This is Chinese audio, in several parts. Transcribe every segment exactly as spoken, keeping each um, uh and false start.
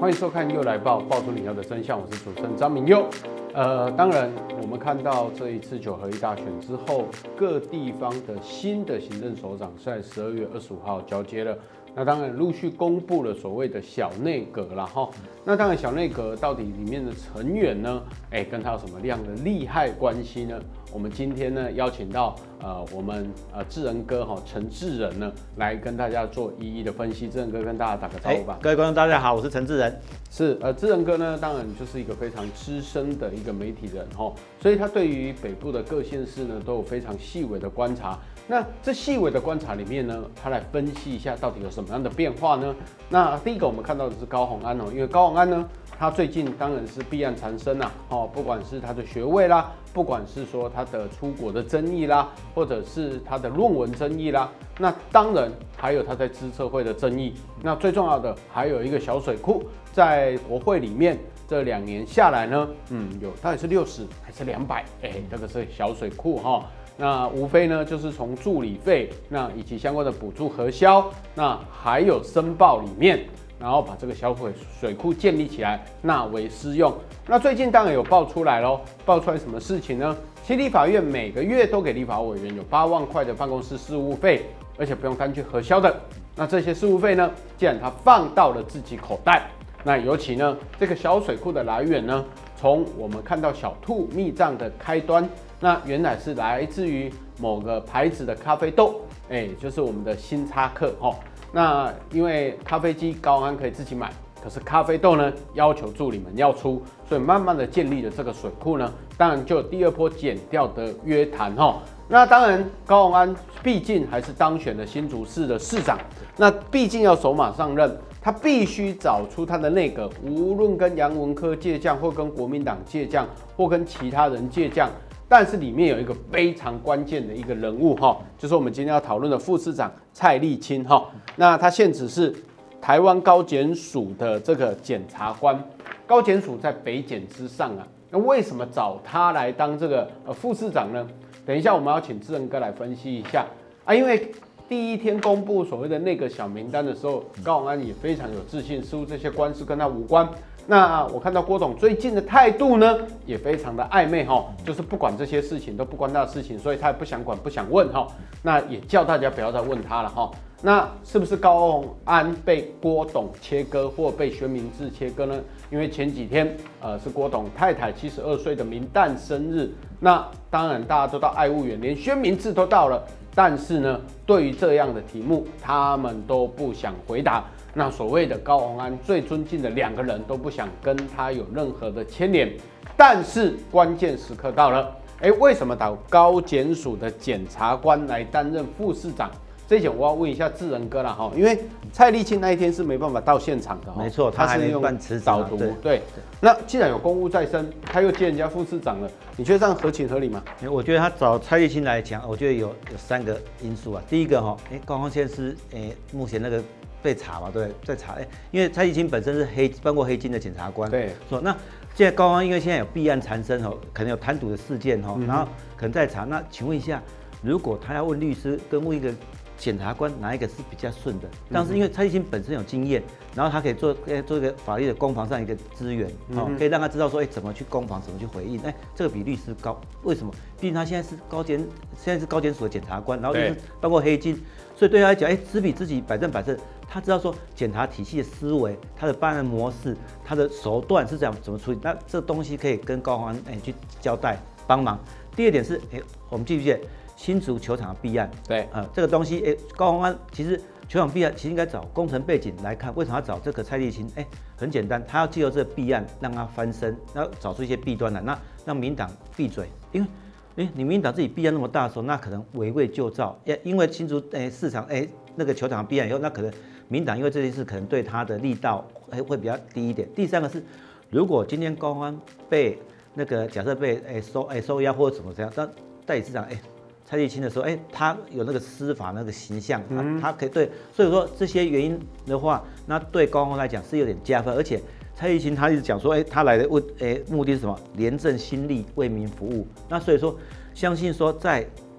欢迎收看《又来报》，报出你要的真相。我是主持人张明佑。呃，当然，我们看到这一次九合一大选之后，各地方的新的行政首长在十二月二十五号交接了。那当然陆续公布了所谓的小内阁啦齁。那当然小内阁到底里面的成员呢，哎、欸，跟他有什么样的利害关系呢？我们今天呢邀请到呃我们呃智仁哥哈陈智仁呢来跟大家做一一的分析。智仁哥跟大家打个招呼吧。 欸、各位观众大家好，我是陈智仁。 是呃智仁哥呢，当然就是一个非常资深的一个媒体人齁，所以他对于北部的各县市呢都有非常细微的观察。那这细微的观察里面呢，他来分析一下到底有什么样的变化呢？那第一个我们看到的是高虹安哦，因为高虹安呢，他最近当然是弊案缠身啊，哦，不管是他的学位啦，不管是说他的出国的争议啦，或者是他的论文争议啦，那当然还有他在资策会的争议。那最重要的还有一个小水库，在国会里面这两年下来呢，嗯，有到底是六十还是两百？哎，这个是小水库哈。那无非呢，就是从助理费，那以及相关的补助核销，那还有申报里面，然后把这个小水水库建立起来，纳为私用。那最近当然有爆出来咯，爆出来什么事情呢？其实立法院每个月都给立法委员有八万块的办公室事务费，而且不用单去核销的。那这些事务费呢，既然他放到了自己口袋，那尤其呢，这个小水库的来源呢，从我们看到小兔密账的开端。那原来是来自于某个牌子的咖啡豆，哎、欸，就是我们的星巴克齁。那因为咖啡机高安可以自己买，可是咖啡豆呢要求助理们要出，所以慢慢的建立了这个水库呢，当然就有第二波减掉的约谈齁。那当然高虹安毕竟还是当选了新竹市的市长，那毕竟要手马上任，他必须找出他的内阁，无论跟杨文科借将，或跟国民党借将，或跟其他人借将。但是里面有一个非常关键的一个人物哈，就是我们今天要讨论的副市长蔡立青哈。那他现职是台湾高检署的这个检察官，高检署在北检之上啊。那为什么找他来当这个呃副市长呢？等一下我们要请智仁哥来分析一下啊，因为第一天公布所谓的那个小名单的时候，高虹安也非常有自信，似乎这些官司跟他无关。那我看到郭董最近的态度呢，也非常的暧昧哈，就是不管这些事情都不关他的事情，所以他也不想管不想问哈。那也叫大家不要再问他了哈。那是不是高虹安被郭董切割，或被薛明志切割呢？因为前几天呃是郭董太太七十二岁的冥诞生日，那当然大家都到爱物园，连薛明志都到了，但是呢，对于这样的题目，他们都不想回答。那所谓的高虹安最尊敬的两个人都不想跟他有任何的牵连，但是关键时刻到了，哎，为什么找高检署的检察官来担任副市长？这一点我要问一下智仁哥啦哈，因为蔡立青那一天是没办法到现场的， 没错，他是用导读， 对对, 对。那既然有公务在身，他又接人家副市长了，你觉得这样合情合理吗？ 我觉得他找蔡立青来讲，我觉得有有三个因素啊。第一个哈，哎，高虹县是哎目前那个。被查嘛，对，在查，哎，因为蔡立青本身是黑办过黑金的检察官， 对， 说那现在高虹安因为现在有弊案缠身哦，可能有贪渎的事件哦，然后可能在查。那请问一下，如果他要问律师跟问一个检察官，哪一个是比较顺的？但是因为蔡立青本身有经验，然后他可以做做一个法律的攻防上一个资源，哦，可以让他知道说，哎，怎么去攻防，怎么去回应，哎，这个比律师高。为什么？毕竟他现在是高检，现在是高检署的检察官，然后就是办过黑金，所以对他来讲，哎，只比自己百战百胜。他知道说检察体系的思维，他的办案模式，他的手段是怎样怎么处理，那这东西可以跟高虹安哎去交代帮忙。第二点是，哎，我们记不记得新竹球场的弊案？ 对， 呃，这个东西，哎，高虹安其实球场弊案其实应该找工程背景来看，为什么要找这个蔡立青？哎，很简单，他要借由这个弊案让他翻身，然后找出一些弊端来，那让民党闭嘴，因为。哎，你民进党自己弊案那么大的时候，那可能围魏救赵。因为新竹哎市场哎那个球场弊案以后，那可能民党因为这件事可能对他的力道哎会比较低一点。第三个是，如果今天高虹安被那个假设被哎收哎收押或者怎么这样，但代理市长哎蔡立青的时候，哎他有那个司法那个形象，他他可以对，所以说这些原因的话，那对高虹安来讲是有点加分，而且。蔡立青他一直讲说，哎、欸，他来的问，哎、欸，目的是什么？廉政心力为民服务。那所以说，相信说在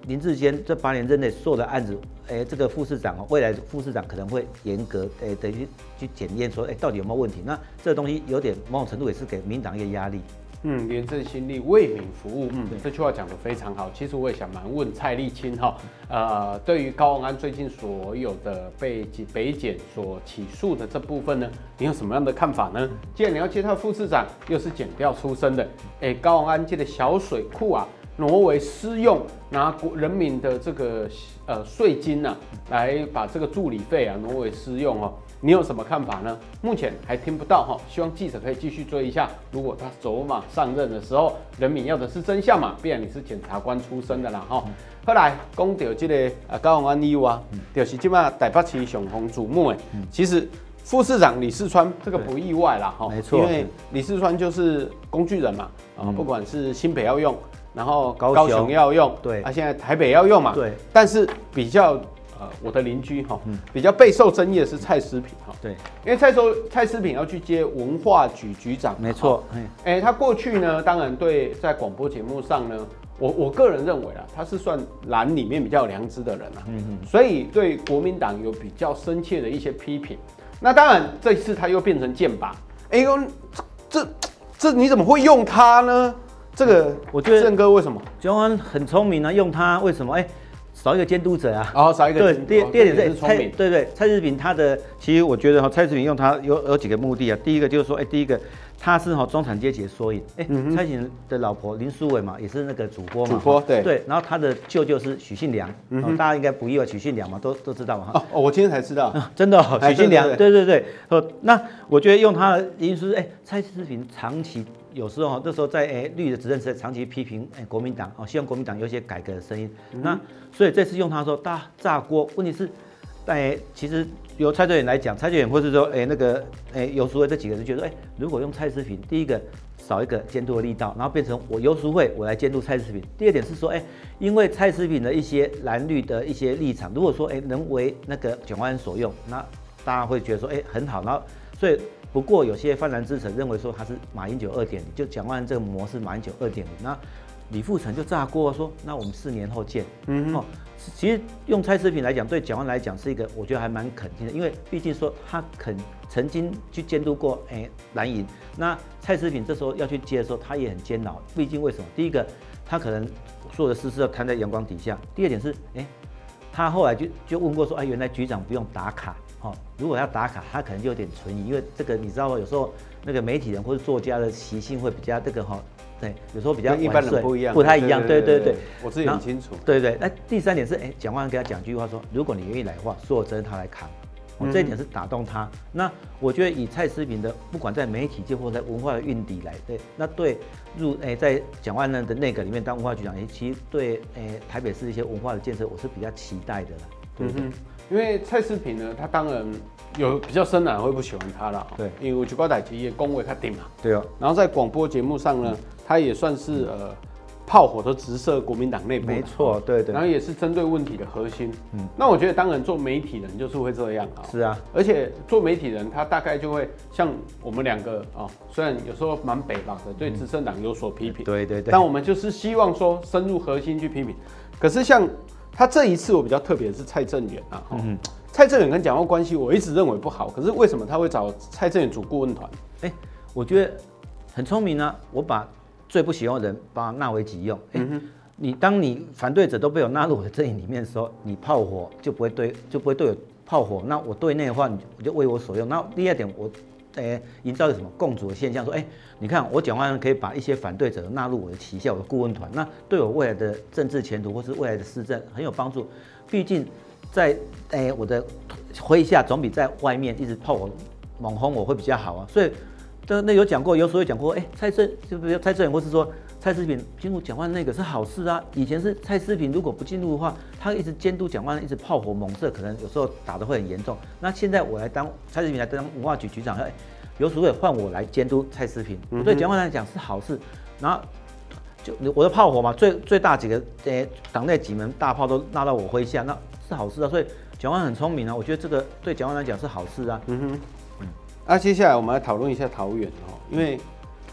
林志坚这八年任内所有的案子，哎，这个副市长哦，未来副市长可能会严格哎的去去检验说，哎，到底有没有问题？那这个东西有点某种程度也是给民党一个压力。 嗯，廉政心力为民服务，嗯，这句话讲得非常好。其实我也想蛮问蔡立青哈，呃，对于高虹安最近所有的被北检所起诉的这部分呢，你有什么样的看法呢？既然你要接他副市长，又是检调出身的，哎，高虹安这个小水库啊，挪为私用，拿国人民的这个呃税金啊，来把这个助理费啊挪为私用哦。你有什么看法呢？目前还听不到哈，希望记者可以继续追一下。如果他走马上任的时候，人民要的是真相嘛，必然你是检察官出身的啦哈。后来讲到这个啊高虹安以外，就是今嘛台北市上风瞩目的，其实副市长李四川这个不意外啦哈， 没错， 因为李四川就是工具人嘛，啊、嗯，不管是新北要用，然后高雄要用， 对， 啊现在台北要用嘛， 对， 但是比较。呃，我的邻居哈，比较备受争议的是蔡诗平哈， 对， 因为蔡州蔡诗平要去接文化局局长， 没错， 哎、欸，他过去呢，当然对在广播节目上呢，我我个人认为啦，他是算蓝里面比较有良知的人啊，嗯嗯，所以对国民党有比较深切的一些批评。那当然这一次他又变成剑拔，哎呦，这这你怎么会用他呢？这个我觉得郑哥为什么？ 蒋万安很聪明啊，用他为什么？哎、欸。少一个监督者啊， 哦，少一个监督。 对，第第二点是聪明， 对对，蔡志平他的，其实我觉得哈，蔡志平用他有有几个目的啊。第一个就是说，哎、欸，第一个他是哈中产阶级的缩影。哎、欸，嗯、蔡志平的老婆林书伟嘛，也是那个主播嘛。 主播对对，然后他的舅舅是许信良，嗯、大家应该不意外，许信良嘛，都都知道嘛。 哦哦，我今天才知道， 啊、真的、哦，许信良，对对对。呃，那我觉得用他的因素，哎、欸，蔡志平长期。有时候那时候在诶、欸、绿的执政时代长期批评诶、欸、国民党哦，希望国民党有一些改革的声音。嗯、那所以这次用他说大炸锅，问题是，诶、欸、其实由蔡政远来讲，蔡政远或是说诶、欸、那个诶游淑慧这几个人觉得，哎、欸，如果用蔡诗平，第一个少一个监督的力道，然后变成我游淑慧我来监督蔡诗平。第二点是说，哎、欸，因为蔡诗平的一些蓝绿的一些立场，如果说哎、欸、能为那个蒋万安所用，那大家会觉得说，哎、欸、很好，然后所以。不过有些泛蓝之神认为说他是马英九二点零，就蒋万安这个模式马英九二点零，那李富成就炸锅说，那我们四年后见。嗯哦，其实用蔡诗平来讲，对蒋万安来讲是一个我觉得还蛮肯定的，因为毕竟说他肯曾经去监督过哎、欸、蓝营，那蔡诗平这时候要去接的时候，他也很煎熬，毕竟为什么？第一个他可能所有的事事要摊在阳光底下，第二点是哎、欸，他后来就就问过说，哎，原来局长不用打卡。哦，如果要打卡，他可能就有点存疑，因为这个你知道吗？有时候那个媒体人或者作家的习性会比较这个哈，对，有时候比较跟一般人不一样， 不太一样，对对 对, 对, 对， 我自己很清楚。 对对，那第三点是，哎，蒋万安给他讲一句话说，如果你愿意来的话，所有责任他来扛。哦，这一点是打动他。嗯、那我觉得以蔡诗平的，不管在媒体界或者在文化的运底来，对，那对入诶、欸、在蒋万安的内阁里面当文化局长，诶、欸，其实对诶、欸、台北市一些文化的建设，我是比较期待的啦。对不对？ 嗯、因为蔡诗平呢，他当然有比较深蓝会不喜欢他啦。 对， 因为我觉得台基也恭维他顶嘛。 对哦。 然后在广播节目上呢，他也算是呃。炮火都直射国民党内部， 没错，对对， 然后也是针对问题的核心。嗯，那我觉得当然做媒体人就是会这样啊。 是啊， 而且做媒体人他大概就会像我们两个啊，虽然有时候蛮北方的，对执政党有所批评， 对对对， 但我们就是希望说深入核心去批评。可是像他这一次我比较特别的是蔡正元啊，嗯，蔡正元跟蒋万关系我一直认为不好，可是为什么他会找蔡正元组顾问团？ 哎，我觉得很聪明啊，我把最不喜欢的人把他纳为己用。欸嗯、你当你反对者都被我纳入我的阵营里面的时候，你炮火就不会对就不会对我炮火。那我对内的话，你我就为我所用。那第二点，我呃营造一个什么共主的现象，说，哎、欸，你看我蒋万安可以把一些反对者纳入我的旗下，我的顾问团，那对我未来的政治前途或是未来的施政很有帮助。毕竟在哎、欸、我的麾下总比在外面一直炮火猛轰我会比较好啊，所以。那有讲过，有时候讲过，哎、欸，蔡正就比如蔡正元，或是说蔡诗平进入蒋万安那个是好事啊。以前是蔡诗平如果不进入的话，他一直监督蒋万安，一直炮火猛射，可能有时候打得会很严重。那现在我来当蔡诗平来当文化局局长，哎，有所谓换我来监督蔡诗平，嗯、对蒋万安来讲是好事。然后就我的炮火嘛，最最大几个呃党内几门大炮都拉到我麾下，那是好事啊。所以蒋万安很聪明啊，我觉得这个对蒋万安来讲是好事啊。 嗯哼。那、啊、接下来我们来讨论一下桃园哦，因为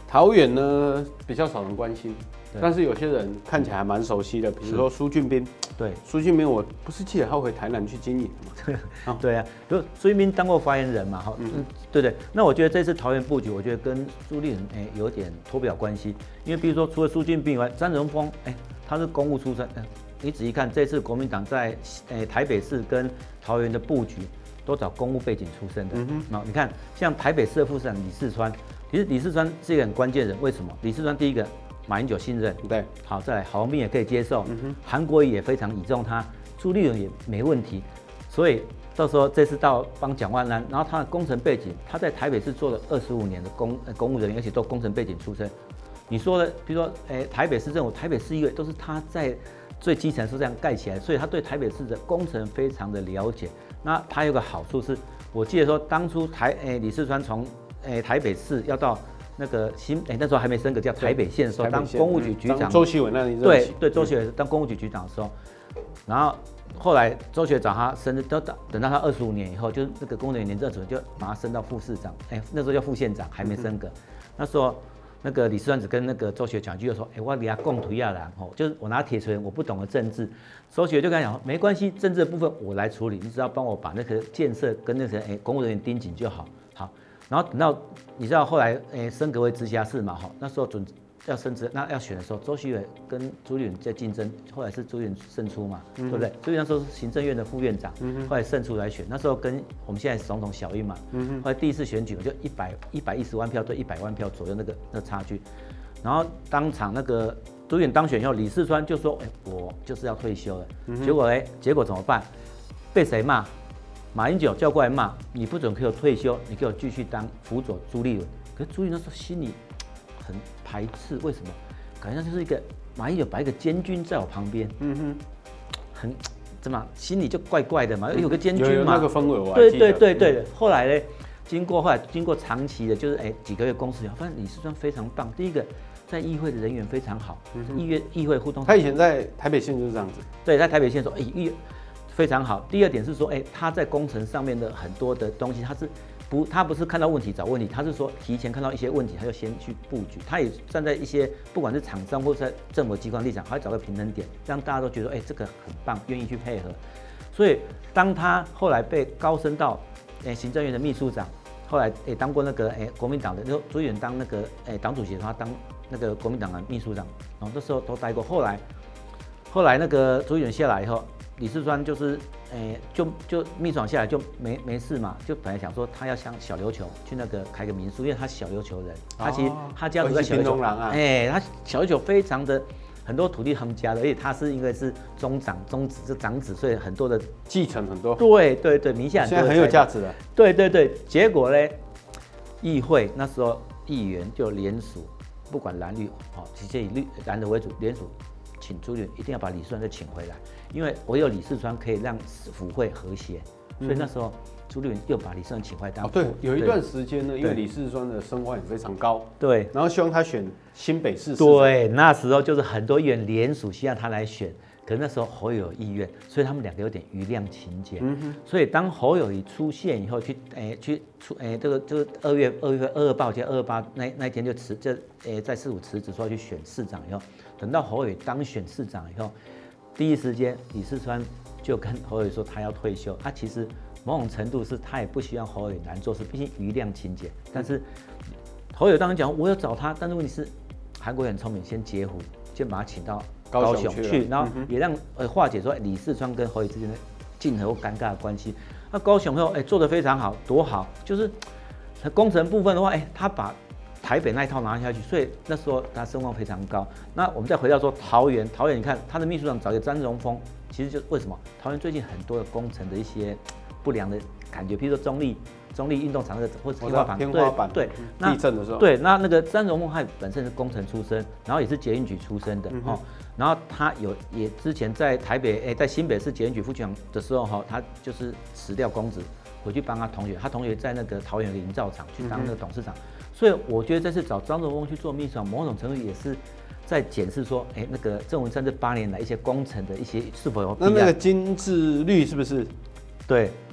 桃园呢比较少人关心，但是有些人看起来还蛮熟悉的，比如说苏俊斌。 对， 苏俊斌，我不是记得他回台南去经营的吗？ 哦、对啊，就苏俊斌当过发言人嘛，哈，嗯，对对。那我觉得这次桃园布局，我觉得跟朱立伦哎有点脱不了关系，因为比如说除了苏俊斌以外，张荣丰哎他是公务出身，哎，你仔细看这次国民党在哎台北市跟桃园的布局，都找公务背景出身的。嗯哼，你看像台北市的副市长李四川，其实李四川是一个很关键人，为什么？李四川第一个。马英九信任， 对， 好，再来郝龙斌也可以接受，韩、嗯、国瑜也非常倚重他，朱立伦也没问题，所以到时候这次到帮蒋万安，然后他的工程背景，他在台北市做了二十五年的公、呃、公务人员，而且都工程背景出身。你说的，比如说，哎、欸，台北市政府、台北市议会都是他在最基层是这样盖起来，所以他对台北市的工程非常的了解。那他有个好处是，我记得说当初台哎、欸、李四川从哎、欸、台北市要到那个新哎、欸、那时候还没升格叫台北县的时候，当公务局局长， 周锡伟那里对对，周锡伟当公务局局长的时候，然后后来周学找他升，等等到他二十五年以后，就是那个公务员廉政主任就把他升到副市长，哎、欸，那时候叫副县长，还没升格。嗯、那时候那个李四川只跟那个周学讲一句，就说，哎、欸，我给他共图亚啦，吼，就是我拿铁锤，我不懂得政治。周学就跟他讲，没关系，政治的部分我来处理，你只要帮我把那个建设跟那些哎、欸、公务人员盯紧就好，好。然后等到你知道后来诶升格为直辖市嘛，哈，那时候准要升职，那要选的时候，周锡伟跟朱立伦在竞争，后来是朱立伦胜出嘛，嗯、对不对？朱立伦那时候是行政院的副院长，嗯、后来胜出来选，那时候跟我们现在总统小英嘛，嗯、后来第一次选举就一百一百一十万票对一百万票左右那个那个差距，然后当场那个朱立伦当选以后，李四川就说，哎，我就是要退休了，嗯、结果哎，结果怎么办？被谁骂？马英九叫过来骂，你不准给我退休，你给我继续当辅佐朱立伦。可是朱立伦那时候心里很排斥，为什么？感觉就是一个马英九把一个监军在我旁边，嗯哼，很怎么心里就怪怪的嘛，有个监军嘛， 有有那个氛围我还对记得。 对对对，嗯、后来呢，经过后来经过长期的，就是哎几个月公司以后，发现李四川非常棒。第一个，在议会的人缘非常好，嗯、议院议会互动。 他以前在台北县就是这样子。 对，在台北县说，哎议。非常好。第二点是说，哎、欸，他在工程上面的很多的东西，他是不，他不是看到问题找问题，他是说提前看到一些问题，他就先去布局。他也站在一些不管是厂商或者在政府机关立场，他会找个平衡点，让大家都觉得，哎、欸，这个很棒，愿意去配合。所以当他后来被高升到，哎、欸，行政院的秘书长，后来也、欸、当过那个，哎、欸，国民党的，就朱立伦当那个，哎、欸，党主席的话，当那个国民党的秘书长，然后那时候都待过。后来，后来那个朱立伦下来以后。李四川就是，诶、欸，就就秘书长下来就没没事嘛，就本来想说他要像小琉球去那个开个民宿，因为他小琉球人，他其实他家住在小琉球，哎、欸，他小琉球非常的很多土地他们家的，而且他是因为是宗长宗子是长子，所以很多的继承很多， 对对对，名下很多现在很有价值的， 对对对，结果呢，议会那时候议员就联署，不管蓝绿哦，直接以绿蓝的为主联署。请朱立伦一定要把李四川再请回来，因为唯有李四川可以让府会和谐，所以那时候朱立伦又把李四川请回来当、 哦。对，有一段时间呢，因为李四川的声望也非常高， 对， 然后希望他选新北市市长。 对，那时候就是很多议员联署希望他来选，可是那时候侯友宜有意愿，所以他们两个有点余量情节。嗯哼，所以当侯友宜出现以后，去诶、欸、去出诶、欸、这个就是二月二月二二八，我记得二二八那那一天就辞，就诶、欸、在市府辞职说要去选市长以后。等到侯友宜当选市长以后，第一时间李四川就跟侯友宜说他要退休。他、啊、其实某种程度是他也不希望侯友宜难做事，毕竟余量情节。但是侯友宜当然讲我有找他，但是问题是韩国瑜很聪明，先截胡，先把他请到高雄 去, 去然后也让呃化解说李四川跟侯友宜之间的竞合或尴尬的关系。那高雄后哎做得非常好，多好，就是工程部分的话，哎他把台北那一套拿下去，所以那时候他声望非常高。那我们再回到说桃园，桃园你看他的秘书长找一个张荣丰，其实就为什么桃园最近很多的工程的一些不良的感觉，譬如说中立中立运动场那个或者天花板， 天花板对， 对地震的时候， 对，那那个张荣丰他本身是工程出身，然后也是捷运局出身的、嗯、哦，然后他有也之前在台北哎、欸，在新北市捷运局副局长的时候哈，他就是辞掉公职，回去帮他同学，他同学在那个桃园的营造厂去当那个董事长。嗯，所以我觉得这次找张荣丰去做秘书长，某种程度也是在检视说，哎、欸，那个郑文灿这八年来一些工程的一些是否有必要。 那那个金志率是不是？ 对，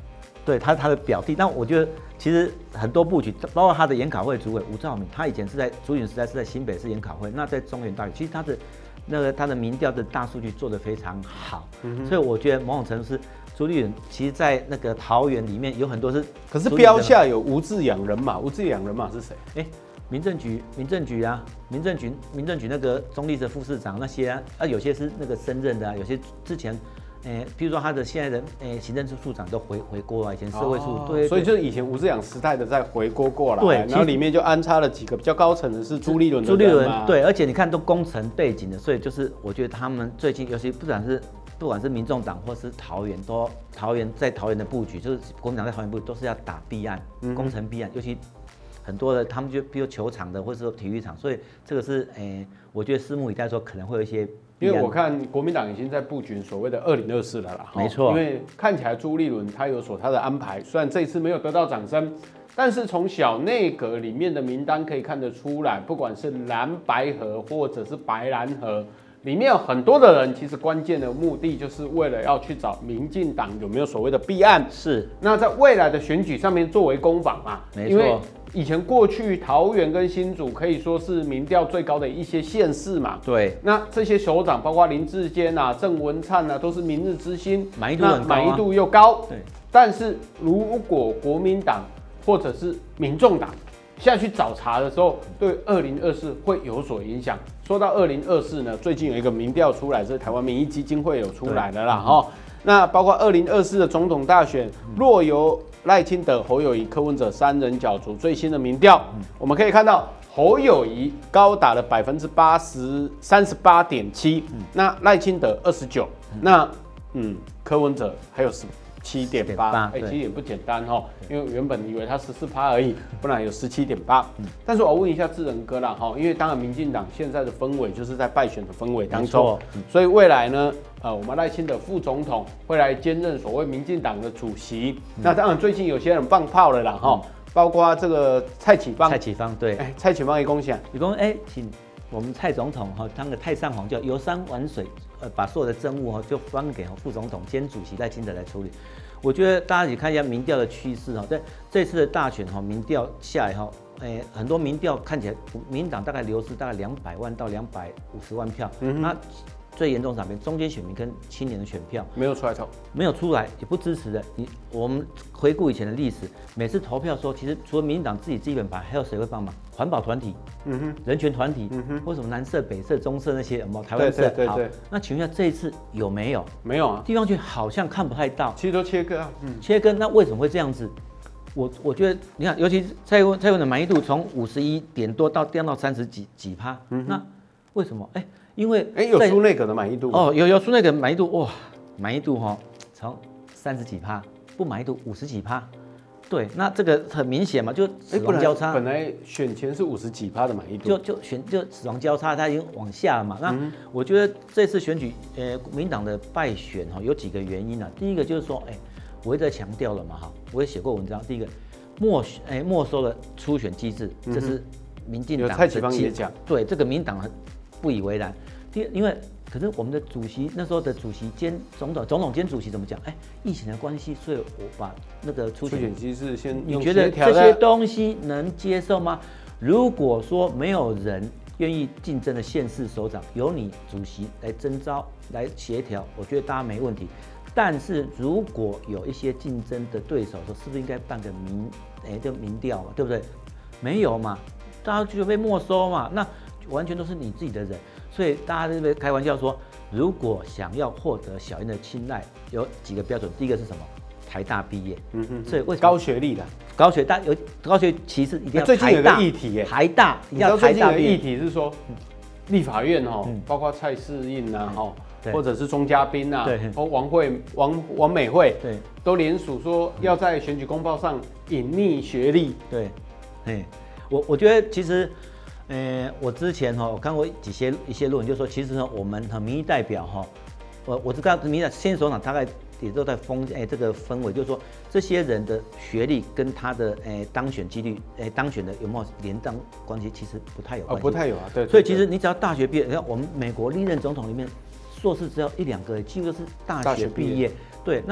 对他他的表弟。但我觉得其实很多布局，包括他的研考会主委吴兆明，他以前是在主选时代是在新北市研考会，那在中原大学，其实他的那个他的民调的大数据做得非常好，嗯、所以我觉得某种程度是朱立伦，其实在那个桃园里面有很多是， 可是标下有吴志阳人马，吴志阳人马是谁？ 哎、欸，民政局民政局啊，民政局民政局那个中立的副市长那些啊，啊有些是那个升任的啊，有些之前。诶，譬如说他的现在的诶行政处处长都回回锅啊，以前社会处、哦、对, 对， 所以就是以前吴志阳时代的再回锅过来， 对， 然后里面就安插了几个比较高层的是朱立伦的人嘛，朱立伦对，而且你看都工程背景的，所以就是我觉得他们最近尤其不管是不管是民众党或是桃园，都桃园在桃园的布局，就是国民党在桃园布局都是要打弊案，嗯、工程弊案，尤其很多的他们就比如球场的或者说体育场，所以这个是诶，我觉得拭目以待，说可能会有一些。 因为我看国民党已经在布局所谓的二零二四了啦， 没错。 因为看起来朱立伦他有所他的安排，虽然这一次没有得到掌声，但是从小内阁里面的名单可以看得出来，不管是蓝白合或者是白蓝合，里面有很多的人，其实关键的目的就是为了要去找民进党有没有所谓的弊案。 是。 那在未来的选举上面作为攻防嘛， 没错。 因为以前过去桃园跟新竹可以说是民调最高的一些县市嘛， 对。 那这些首长，包括林智坚啊、郑文灿啊，都是明日之星， 满意度很高、啊， 满意度又高。 对。 但是如果国民党或者是民众党下去找茬的时候，对二零二四会有所影响。说到二零二四呢，最近有一个民调出来，是台湾民意基金会有出来的啦，哈、嗯。那包括二零二四的总统大选，若由赖清德、侯友宜、柯文哲三人角逐，最新的民调，嗯、我们可以看到侯友宜高达了百分之八十三十八点七，那赖清德二十九，那嗯柯文哲还有十七点八，哎，其实也不简单哈，因为原本以为他十四趴而已，不然有十七点八。但是我问一下智仁哥啦哈，因为当然民进党现在的氛围就是在败选的氛围当中，所以未来呢，呃，我们赖清德副总统会来兼任所谓民进党的主席。嗯、那当然最近有些人放炮了啦哈，嗯、包括这个蔡启芳， 蔡启芳对， 哎，蔡启芳也恭喜啊， 你讲哎，请我们蔡总统哈当个太上皇，叫游山玩水。呃，把所有的政务哈就分给副总统兼主席赖清德来处理。我觉得大家也看一下民调的趋势哈，在这次的大选哈，民调下来哈，诶，很多民调看起来，民进党大概流失大概两百万到两百五十万票，嗯、那最严重是哪边？中间选民跟青年的选票没有出来投， 没有出来，也不支持的。你我们回顾以前的历史，每次投票的时候，其实除了民进党自己基本盘，还有谁会帮忙？环保团体，嗯哼，人权团体，嗯哼，为什么南社、北社、中社那些有没有？台湾社， 对对对对。 那请问一下，这一次有没有？ 没有啊， 地方局好像看不太到， 其实都切割啊， 嗯，切割。那为什么会这样子？我我觉得，你看，尤其蔡英文蔡英文的满意度从五十一点多到掉到三十几几趴，嗯，那为什么？哎、欸，因为哎、欸、有苏内阁的满意度哦，有有苏内阁满意度哇，满意度哈从三十几趴，不满意度五十几趴。对，那这个很明显嘛，就死亡交叉。 本来选前是五十几趴的满意度， 就就选就死亡交叉，它已经往下了嘛。那我觉得这次选举，呃，民进党的败选哈，有几个原因啊。第一个就是说，哎、欸，我一直在强调了嘛哈，我也写过文章。第一个，没哎、欸、没收了初选机制，这是民进党的。 蔡启芳也讲， 对这个民进党不以为然。第二，因为可是我们的主席那时候的主席兼总统，总统兼主席怎么讲？哎，疫情的关系，所以我把那个初选机制先你觉得这些东西能接受吗？如果说没有人愿意竞争的县市首长，由你主席来征召来协调，我觉得大家没问题。但是如果有一些竞争的对手说，是不是应该办个民哎就民调嘛，对不对？没有嘛，大家就被没收嘛，那完全都是你自己的人。所以大家在这边开玩笑说，如果想要获得小英的青睐，有几个标准。第一个是什么？台大毕业。嗯哼。所以为什么高学历的？ 高学大有高学其次一定要台大。 最近有个议题耶， 台大一定要台大毕业。 议题是说，立法院哈，包括蔡适应呐哈，或者是钟嘉宾呐，或王惠王王美惠，对，都联署说要在选举公报上隐匿学历。 对，哎，我我觉得其实。呃，我之前哈，我看过几些一些论文，就说其实呢，我们和民意代表哈，我我知道民意代现首长大概也都在风哎这个氛围，就是说这些人的学历跟他的哎当选几率哎当选的有没有连当关系，其实不太有关系， 哦，不太有啊，对。 所以其实你只要大学毕业，你看我们美国历任总统里面，硕士只要一两个，几乎都是大学毕业。对，那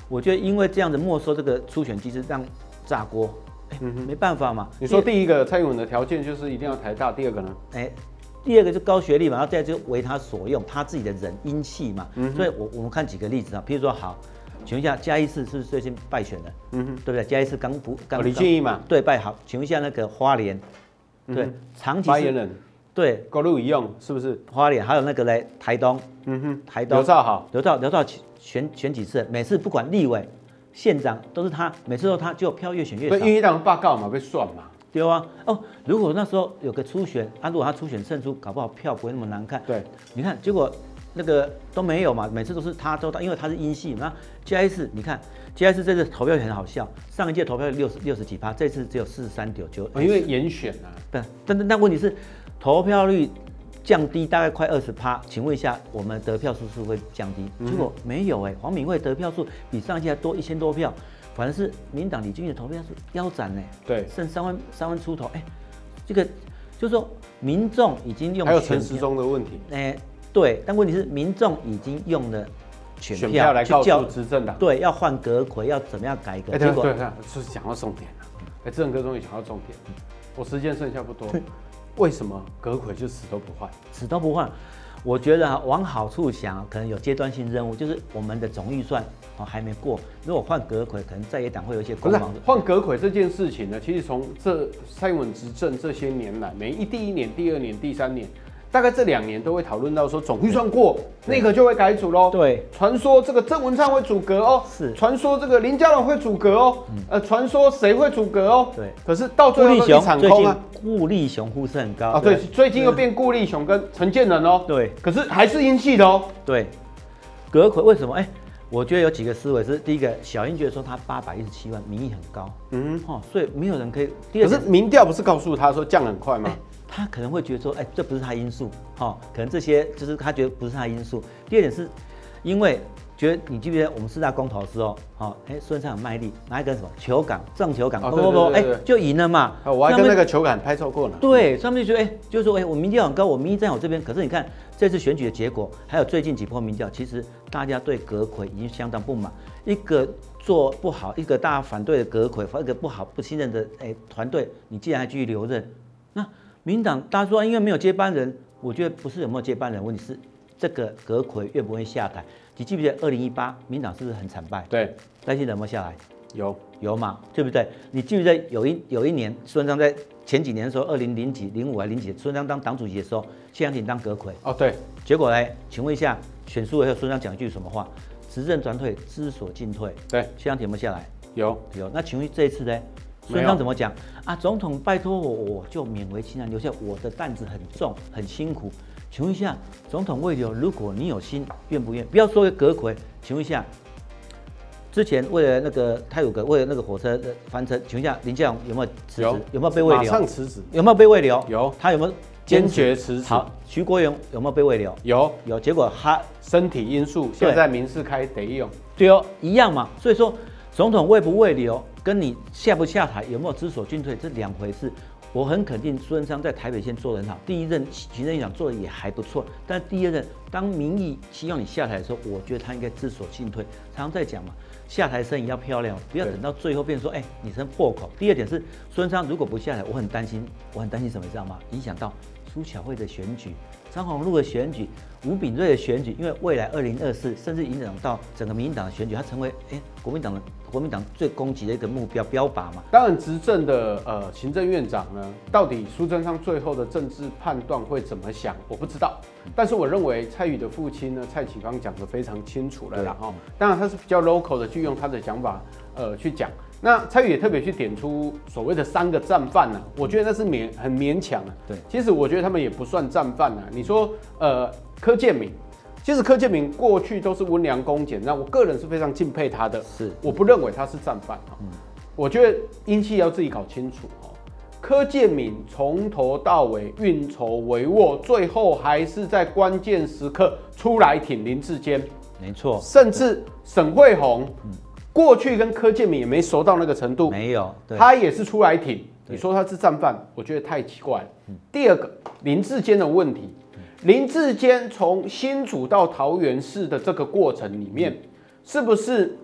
我觉得因为这样的没收这个初选机制让炸锅，哎、嗯，没办法嘛。 你说第一个蔡英文的条件就是一定要台大，第二个呢？ 哎。第二个就高学历嘛，然后再就为他所用，他自己的人英气嘛。嗯、所以我我们看几个例子啊，譬如说好，请问一下嘉义市是不是最近败选了？嗯哼，对不对？嘉义市刚不刚、 哦、李俊毅嘛， 对败好。请问一下那个花莲，对，嗯、长期发言人， 对， 高路一用是不是？ 花莲还有那个嘞，台东，嗯哼，台东刘兆好， 刘兆刘兆选选几次，每次不管立委、县长都是他，每次都他就票越选越少。 对，因为当报告嘛被算嘛。 对啊，哦，如果那时候有个初选，啊，如果他初选胜出，搞不好票不会那么难看。 对， 你看结果那个都没有嘛，每次都是他都因为他是英系，那嘉义市你看嘉义市这次投票很好笑，上一届投票六十六十几趴，这次只有四十三点九， 因为严选啊。 对，但但但问题是投票率降低大概快二十趴，请问一下我们得票数是不是会降低？嗯、结果没有哎、欸，黄敏惠得票数比上一届还多一千多票。反而是民进党李俊毅的投票是腰斩呢， 对， 剩三万三万出头，哎、欸，这个就是说民众已经用还有陈时中的问题， 哎、欸，对，但问题是民众已经用了选 票, 选票来告诉执政党， 对，要换阁揆，要怎么样改革？ 哎、欸，对对对，是讲到重点了，哎、欸，志仁哥终于讲到重点，我时间剩下不多，为什么阁揆就死都不换？ 死都不换？我觉得、啊、往好处想，可能有阶段性任务，就是我们的总预算哦还没过，如果换阁揆，可能在野党会有一些攻防。 换阁揆这件事情呢，其实从这蔡英文执政这些年来，每一第一年、第二年、第三年，大概这两年都会讨论到说总预算过，内阁就会改组喽。 对， 传说这个郑文灿会组阁哦， 是， 传说这个林佳龙会组阁哦，嗯、呃，传说谁会组阁哦？ 对， 可是到最后都一场空啊。 顾立雄呼声很高啊，对，最近又变顾立雄跟陈建仁哦， 对， 可是还是英系的哦， 对，阁揆为什么？哎、欸，我觉得有几个思维是，第一个，小英觉得说他八百一十七万，民意很高，嗯，哦，所以没有人可以。第二， 可是民调不是告诉他说降很快吗？ 欸、他可能会觉得说，哎、欸，这不是他因素，哦，可能这些就是他觉得不是他因素。第二点是，因为觉得你记不记得我们四大公投的时候，哦，哎，孙中山有卖力，拿一根什么球杆，正球杆，不不不，哎，就赢了嘛。 我还跟那个球杆拍照过呢。 对，他们就觉得，哎，就是说，哎，我民调很高，我民意站我这边。可是你看这次选举的结果，还有最近几波民调，其实大家对阁揆已经相当不满。一个做不好，一个大家反对的阁揆，一个不好不信任的哎团队，你既然还继续留任，那民党大家说因为没有接班人，我觉得不是有没有接班人，问题是这个阁揆愿不愿意下台。你记不记得二零一八民党是不是很惨败？ 对， 赖清德有没有下来？ 有有嘛，对不对？你记不记得有一有一年孙中山在前几年的时候，二零零几零五还零几，孙中山当党主席的时候，谢长廷当阁揆。 哦，对。 结果呢？请问一下，选输了以后，孙中山讲一句什么话？执政团队知所进退。 对， 谢长廷有没有下来？ 有有。那请问这一次呢？孙中山怎么讲啊？总统拜托我，我就勉为其难留下，我的担子很重，很辛苦。请问一下，总统未留，如果你有心，愿不愿？不要说阁揆，请问一下，之前为了那个太鲁阁，为了那个火车翻车，请问一下林佳龙有没有辞职？有，有没有被慰留？ 马上辞职。 有没有被慰留？ 有。 他有没有坚决辞职？ 好，徐国勇有没有被慰留？ 有， 有。结果他身体因素，现在民事开得用。 对哦，一样嘛。所以说，总统未不慰留，跟你下不下台，有没有知所进退，这两回事。我很肯定孙中山在台北县做得很好，第一任行政院长做的也还不错，但第二任当民意希望你下台的时候，我觉得他应该知所进退。常常在讲嘛，下台生意要漂亮，不要等到最后变成说，哎、欸，你成破口。第二点是孙中山如果不下台，我很担心，我很担心什么，你知道吗？影响到苏巧慧的选举、张宏陆的选举、吴秉叡的选举，因为未来二零二四甚至影响到整个民进党的选举，它成为哎、欸、国民党的。国民党最攻击的一个目标标靶嘛， 当然执政的呃行政院长呢，到底苏贞昌最后的政治判断会怎么想，我不知道。但是我认为蔡宇的父亲呢，蔡启芳讲得非常清楚了啦哈。当然他是比较 local 的去用他的讲法呃去讲。那蔡宇也特别去点出所谓的三个战犯呢，我觉得那是勉很勉强啊。 对， 其实我觉得他们也不算战犯啊。你说呃柯建铭。其实柯建铭过去都是温良恭俭，那我个人是非常敬佩他的。 是， 我不认为他是战犯哈。嗯、我觉得英系要自己搞清楚哈。柯建铭从头到尾运筹帷幄，最后还是在关键时刻出来挺林智坚。 没错， 甚至沈慧虹、嗯、过去跟柯建铭也没熟到那个程度， 没有， 他也是出来挺。你说他是战犯，我觉得太奇怪了。嗯、第二个，林智坚的问题。林智坚从新竹到桃园市的这个过程里面，是不是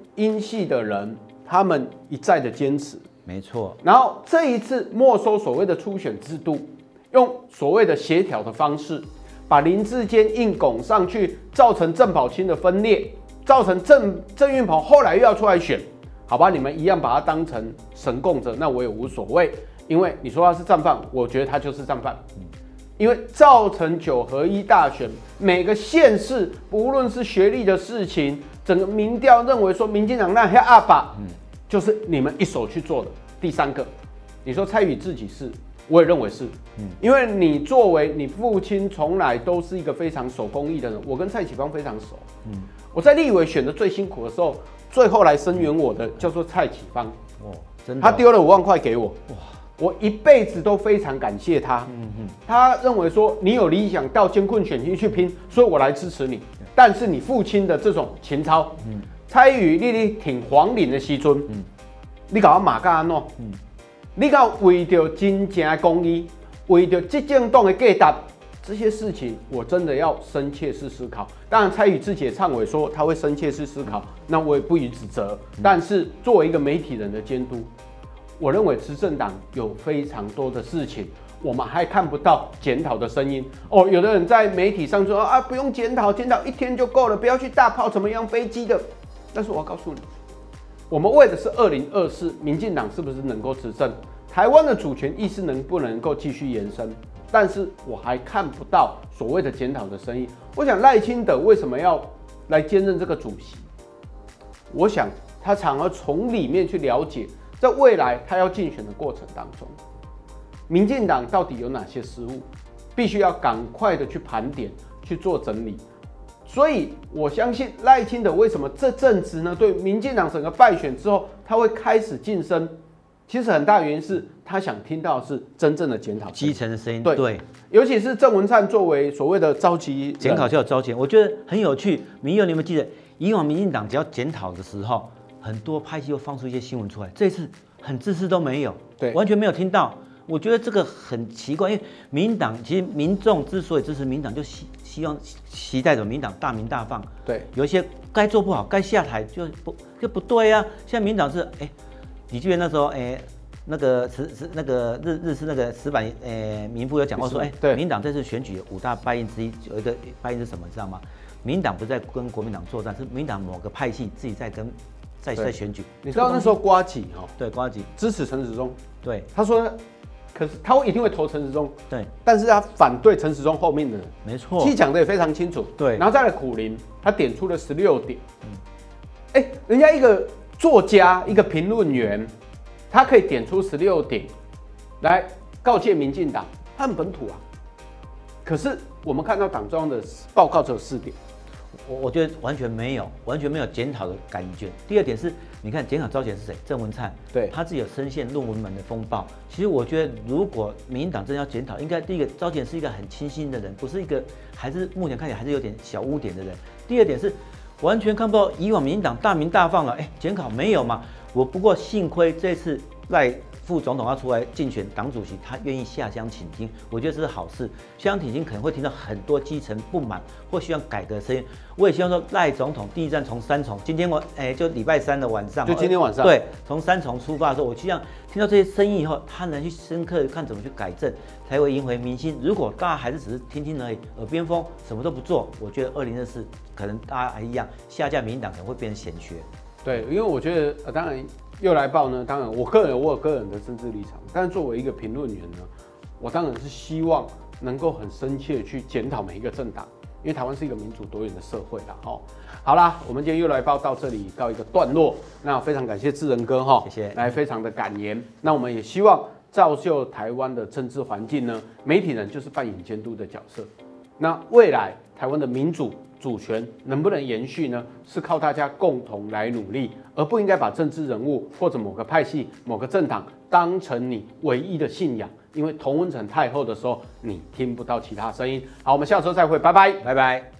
英系的人，他们一再的坚持， 没错。 然后这一次没收所谓的初选制度，用所谓的协调的方式，把林智坚硬拱上去，造成郑宝清的分裂，造成郑郑运鹏后来又要出来选，好吧，你们一样把他当成神供着，那我也无所谓，因为你说他是战犯，我觉得他就是战犯。嗯，因为造成九合一大选，每个县市无论是学历的事情，整个民调认为说民进党那些阿爸，嗯，就是你们一手去做的。第三个，你说蔡宇自己是，我也认为是，嗯，因为你作为你父亲从来都是一个非常守公义的人，我跟蔡启芳非常熟，嗯，我在立委选的最辛苦的时候，最后来声援我的叫做蔡启芳，哦，真的，他丢了五万块给我，哇。我一辈子都非常感谢他。嗯嗯，他认为说你有理想到艰困选区去拼，所以我来支持你。但是你父亲的这种情操，嗯，蔡宇你你挺黄领的时阵，嗯，你搞我马干安喏，嗯，你搞为着真正的公义，为着执政党的价值，这些事情我真的要深切去思考。当然，蔡宇自己也忏悔说他会深切去思考，那我也不予指责。但是作为一个媒体人的监督。我认为执政党有非常多的事情，我们还看不到检讨的声音哦。有的人在媒体上说啊，不用检讨，检讨一天就够了，不要去大炮怎么样飞机的。但是我要告诉你，我们为的是二零二四，民进党是不是能够执政？台湾的主权意识能不能够继续延伸？但是我还看不到所谓的检讨的声音。我想赖清德为什么要来兼任这个主席？我想他常要从里面去了解。在未来他要竞选的过程当中，民进党到底有哪些失误，必须要赶快的去盘点、去做整理。所以我相信赖清德为什么这阵子呢，对民进党整个败选之后，他会开始晋升。其实很大原因是他想听到的是真正的检讨， 基层的声音。 对，对，尤其是郑文灿作为所谓的召集检讨就要召集，我觉得很有趣。民友，你们记得以往民进党只要检讨的时候。很多派系又放出一些新闻出来，这次很自私都没有，对，完全没有听到。我觉得这个很奇怪，因为民进党其实民众之所以支持民进党，就希希望期待着民进党大鸣大放。对，有一些该做不好，该下台就不就不对啊。现在民进党是，哎、欸，你记得那时候，哎、欸，那个石石那个日日是那个石板，哎、欸，民夫有讲过说，哎、欸，民进党这次选举五大败因之一，有一个败因是什么，你知道吗？民进党不是在跟国民党作战，是民进党某个派系自己在跟。在在选举， 你知道那时候呱吉哈， 对呱吉支持陈时中， 对， 他说，可是他一定会投陈时中， 对， 但是他反对陈时中后面的人， 没错， 其实讲的也非常清楚，对，然后再来苦苓，他点出了十六点，嗯，哎，人家一个作家，一个评论员，他可以点出十六点，来告诫民进党，他很本土啊，可是我们看到党中央的报告只有四点。 我我觉得完全没有，完全没有检讨的感觉。第二点是，你看检讨召集人是谁？郑文灿，对，他自己有深陷论文门的风暴。其实我觉得，如果民进党真要检讨，应该第一个召集人是一个很清新的人，不是一个还是目前看起来还是有点小污点的人。第二点是，完全看不到以往民进党大鸣大放了，哎，检讨没有嘛？我不过幸亏这次赖副总统要出来竞选党主席，他愿意下乡倾听，我觉得这是好事。下乡倾听可能会听到很多基层不满或希望改革的声音。我也希望说赖总统第一站从三重，今天我哎、欸、就礼拜三的晚上， 就今天晚上， 对，从三重出发的时候，我希望听到这些声音以后，他能去深刻看怎么去改正，才会赢回民心。如果大家还是只是听听而已，耳边风，什么都不做，我觉得二零二四可能大家还一样，下架民进党可能会变成显学。 对，因为我觉得呃，当然。又来报呢？当然，我个人我有个人的政治立场，但是作为一个评论员呢，我当然是希望能够很深切的去检讨每一个政党，因为台湾是一个民主多元的社会啦。哈，好啦，我们今天又来报到这里告一个段落。那非常感谢智仁哥哈，谢谢，来非常的感言。那我们也希望造就台湾的政治环境呢，媒体人就是扮演监督的角色。那未来台湾的民主主权能不能延续呢？是靠大家共同来努力，而不应该把政治人物或者某个派系、某个政党当成你唯一的信仰。因为同温层太厚的时候，你听不到其他声音。好，我们下周再会，拜拜， 拜拜。